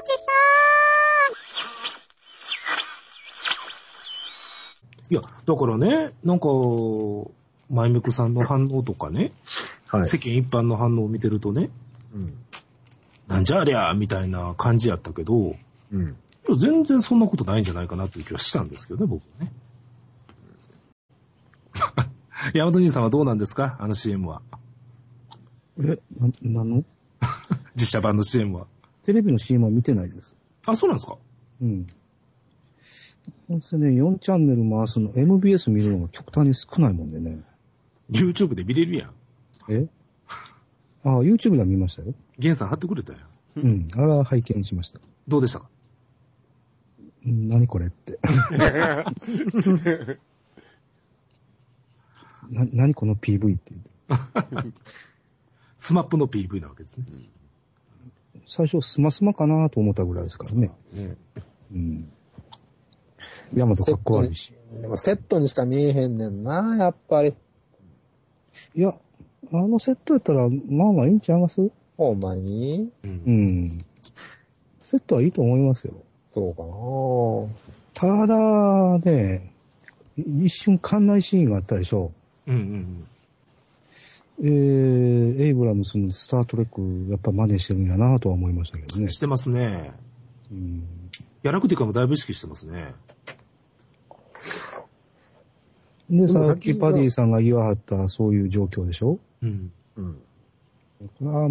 いや、だからね、なんか、マイメクさんの反応とかね、はい、世間一般の反応を見てるとね、うん、なんじゃありゃーみたいな感じやったけど、うん、全然そんなことないんじゃないかなという気はしたんですけどね、僕はね。大和兄さんはどうなんですか、あの CM は。 何の実写版の CM は。 テレビの CM は見てないです。 あ、そうなんですか。 うん。なんせね、4チャンネル回すの、MBS 見るのが極端に少ないもんでね。 YouTube で見れるやん。 YouTube では見ましたよ。 ゲンさん貼ってくれたよ。 うん、あれは拝見しました。 どうでしたか？ 何これって。何この PV って言って。 スマップの PV なわけですね。 最初スマスマかなと思ったぐらいですからね。うん。ヤマトかっこ悪いし。 でもセットにしか見えへんねんな、やっぱり。 いや、あのセットやったら、まあまあいいんちゃいます？ ほんまに？ うん。セットはいいと思いますよ。 そうかな。ただね、一瞬館内シーンがあったでしょ。エイブラムスのスタートレックやっぱ真似してるんやなとは思いましたけどね。 してますね。ギャラクティカもだいぶ意識してますね。 で、さっきパディさんが言わはったそういう状況でしょ？これは、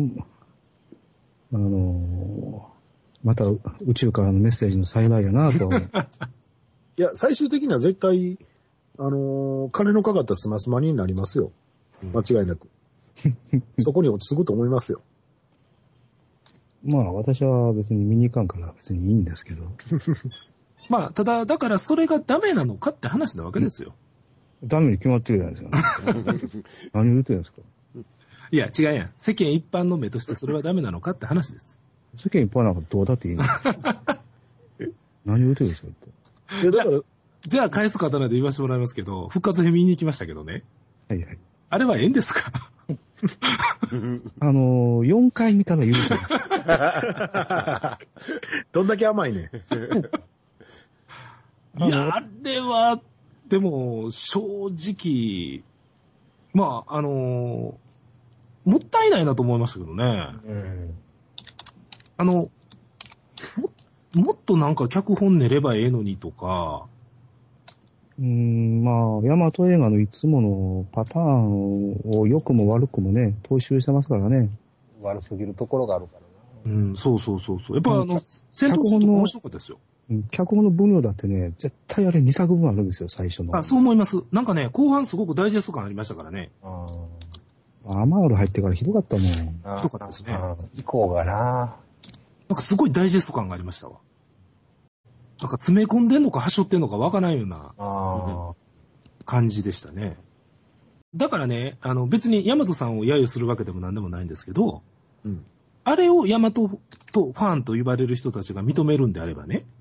また宇宙からのメッセージの再来やなとは思う。 いや、最終的には絶対、金のかかったスマスマになりますよ。間違いなく。そこに落ち着くと思いますよ。 まあ、私は別に見に行かんから別にいいんですけど。 まあ、ただ、だからそれがダメなのかって話なわけですよ。 ダメに決まってるじゃないですか。何を言ってるんですか？ いや、違うやん。世間一般の目としてそれはダメなのかって話です。 世間一般なんかどうだっていいの？何を言ってるんですかって。 じゃあ返す刀で言わせてもらいますけど、復活編見に行きましたけどね。 はいはい。 あれはええんですか ？4回見たら許せます。 どんだけ甘いね。 いや、あれは、でも、正直、まあ、もったいないなと思いましたけどね。もっとなんか脚本練ればええのにとか。 まあ、ヤマト映画のいつものパターンを良くも悪くもね、踏襲してますからね。 悪すぎるところがあるからな。そう。やっぱ戦闘シーンとか面白かったですよ。 脚本の分量だってね、絶対あれ2作分あるんですよ、最初の。 そう思います。なんかね、後半すごくダイジェスト感ありましたからね。 アマール入ってからひどかったもん。ひどかったですね。 以降がなんかすごいダイジェスト感がありましたわ。なんか詰め込んでんのか端折ってんのかわからないような感じでしたね。だからね、別にヤマトさんを揶揄するわけでもなんでもないんですけど、あれをヤマトとファンと言われる人たちが認めるんであればね、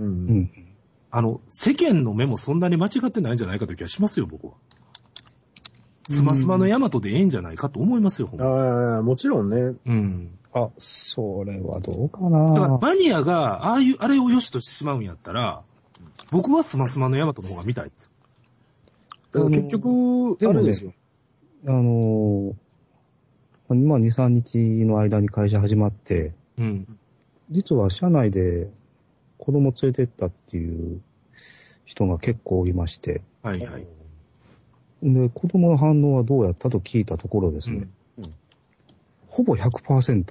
世間の目もそんなに間違ってないんじゃないかという気がしますよ、僕は。スマスマのヤマトでええんじゃないかと思いますよ、 もちろんね。 それはどうかな。 だからマニアがあれを良しとしてしまうんやったら、僕はスマスマのヤマトの方が見たいです。 だから結局、あれですよ。 2、3日の間に会社始まって、実は社内で子供連れてったっていう人が結構いまして、で、子供の反応はどうやったと聞いたところですね、ほぼ 100%、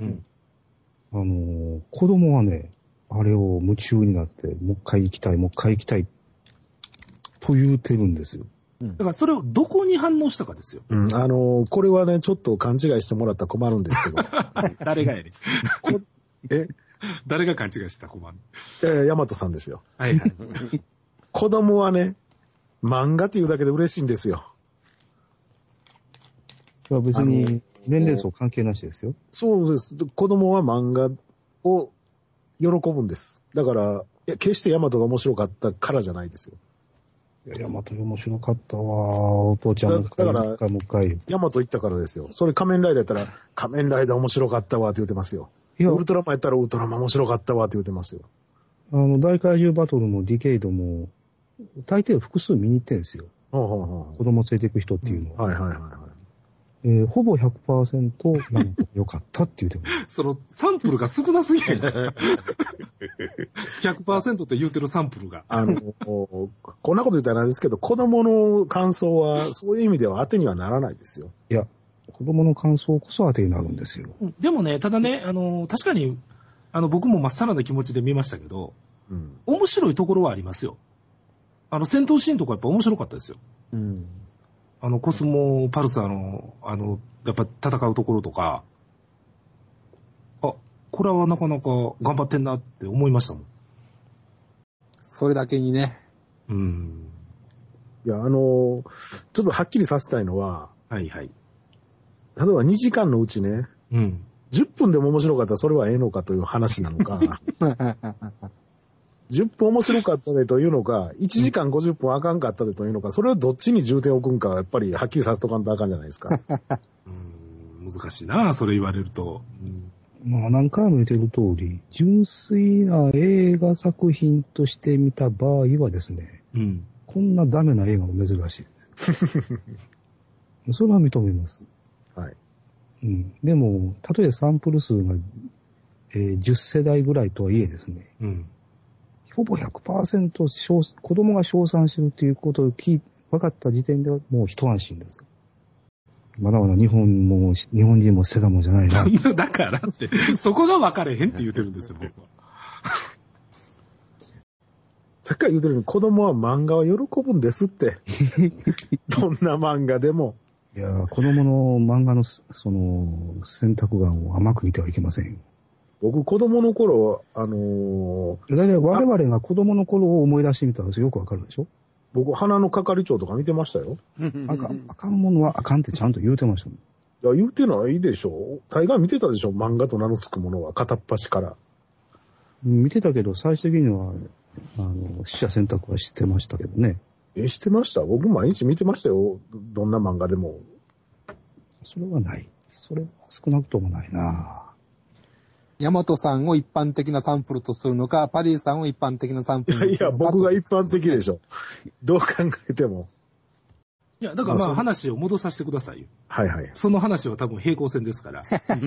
子供はね、あれを夢中になって、もう一回行きたい、と言うてるんですよ。 だからそれをどこに反応したかですよ。 これはね、ちょっと勘違いしてもらったら困るんですけど。 誰がやねん。誰が勘違いしたら困る。 ヤマトさんですよ。子供はね、漫画っていうだけで嬉しいんですよ。 別に年齢層関係なしですよ。 そうです。子供は漫画を喜ぶんです。だから、決してヤマトが面白かったからじゃないですよ。 ヤマト面白かったわ。お父ちゃんもう一回。 ヤマト行ったからですよ。それ仮面ライダーやったら、仮面ライダー面白かったわって言ってますよ。 ウルトラマンやったらウルトラマン面白かったわって言ってますよ。 大怪獣バトルのディケイドも、大抵複数見に行ってるんですよ。子供連れて行く人っていうのは。 はいはいはいはい。 ほぼ 100% 良かったって言うても。 そのサンプルが少なすぎる。100% って言うてるサンプルが。 こんなこと言ったらなんですけど、子供の感想は、そういう意味では当てにはならないですよ。 いや、子供の感想こそ当てになるんですよ。 でもね、ただね、確かに、僕もまっさらな気持ちで見ましたけど、面白いところはありますよ。戦闘シーンとかやっぱ面白かったですよ。コスモパルサーの、やっぱ戦うところとか、これはなかなか頑張ってんなって思いましたもん。 それだけにね。 いや、ちょっとはっきりさせたいのは、 はいはい。 例えば2時間のうちね、10分でも面白かったらそれはええのかという話なのか、10分面白かったでというのか、1時間50分あかんかったでというのか、それをどっちに重点を置くんか、やっぱりはっきりさせとかんとあかんじゃないですか。 難しいな、それ言われると。 まあ何回も言ってる通り、純粋な映画作品として見た場合はですね、こんなダメな映画も珍しいです。それは認めます。 はい。 でも、たとえサンプル数が、10世代ぐらいとはいえですね、ほぼ 100% 子供が称賛してるっていうことを分かった時点ではもう一安心です。まだまだ日本人も捨てたもんじゃないな。 だからって、そこが分かれへんって言ってるんですよ、僕は。 さっきから言うてるように子供は漫画は喜ぶんですって。どんな漫画でも。 いやー、子供の漫画の選択眼を甘く見てはいけませんよ。 僕、子供の頃、 だいたい我々が子供の頃を思い出してみたらよくわかるでしょ？ 僕、花の係長とか見てましたよ。 あかんものはあかんってちゃんと言うてましたもん。 いや、言うてないでしょ。大概見てたでしょ、漫画と名の付くものは、片っ端から。 見てたけど、最終的には、取捨選択はしてましたけどね。 してました。僕毎日見てましたよ。どんな漫画でも。 それはない。それは少なくともないな。 ヤマトさんを一般的なサンプルとするのか、パディさんを一般的なサンプルとするのか。 いや、僕が一般的でしょ。どう考えても。 いや、だからまあ話を戻させてくださいよ。 はいはい。 その話は多分平行線ですから。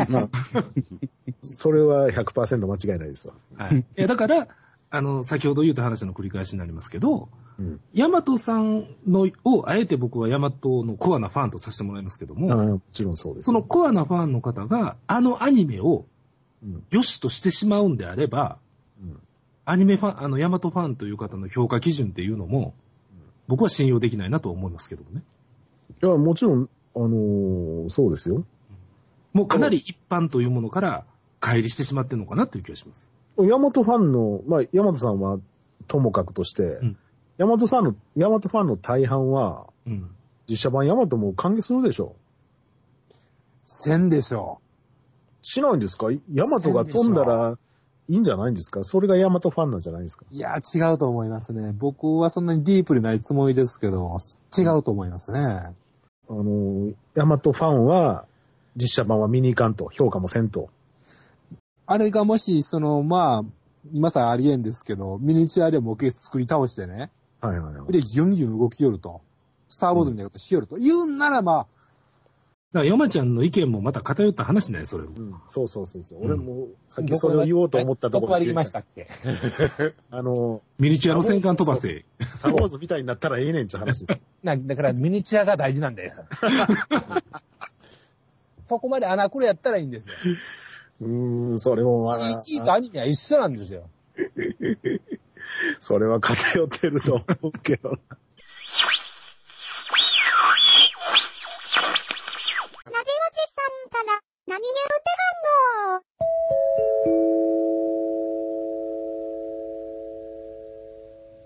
それは 100% 間違いないですわ。 はい。いや、だから、先ほど言った話の繰り返しになりますけど、ヤマトさんを、あえて僕はヤマトのコアなファンとさせてもらいますけども、 もちろんそうです、 そのコアなファンの方が、アニメを良しとしてしまうんであれば、アニメファン、ヤマトファンという方の評価基準っていうのも、僕は信用できないなと思いますけどもね。 いや、もちろん、そうですよ。 もうかなり一般というものから乖離してしまってるのかなという気がします。 ヤマトファンの、まあ、ヤマトさんはともかくとして、ヤマトファンの大半は、実写版ヤマトも歓迎するでしょ。 せんでしょ。 しないんですか？ヤマトが飛んだらいいんじゃないんですか？それがヤマトファンなんじゃないですか？ いや、違うと思いますね。僕はそんなにディープでないつもりですけど、違うと思いますね。 ヤマトファンは、実写版は見に行かんと、評価もせんと。 あれがもし、まあ、今さありえんですけど、ミニチュアで模型作り倒してね。 はいはいはい。 で、ギュンギュン動きよると。スターボードみたいなことしよると。言うんならまあ。 だから山ちゃんの意見もまた偏った話ね、それも。 そうそうそうそう。俺も、さっきそれを言おうと思ったところで。どこまで言いましたっけ？ ミニチュアの戦艦飛ばせ。 スターウォーズみたいになったらええねんって話です。 だからミニチュアが大事なんだよ。そこまで穴くれやったらいいんですよ。 それもまだ。CG とアニメは一緒なんですよ。 それは偏ってると思うけど。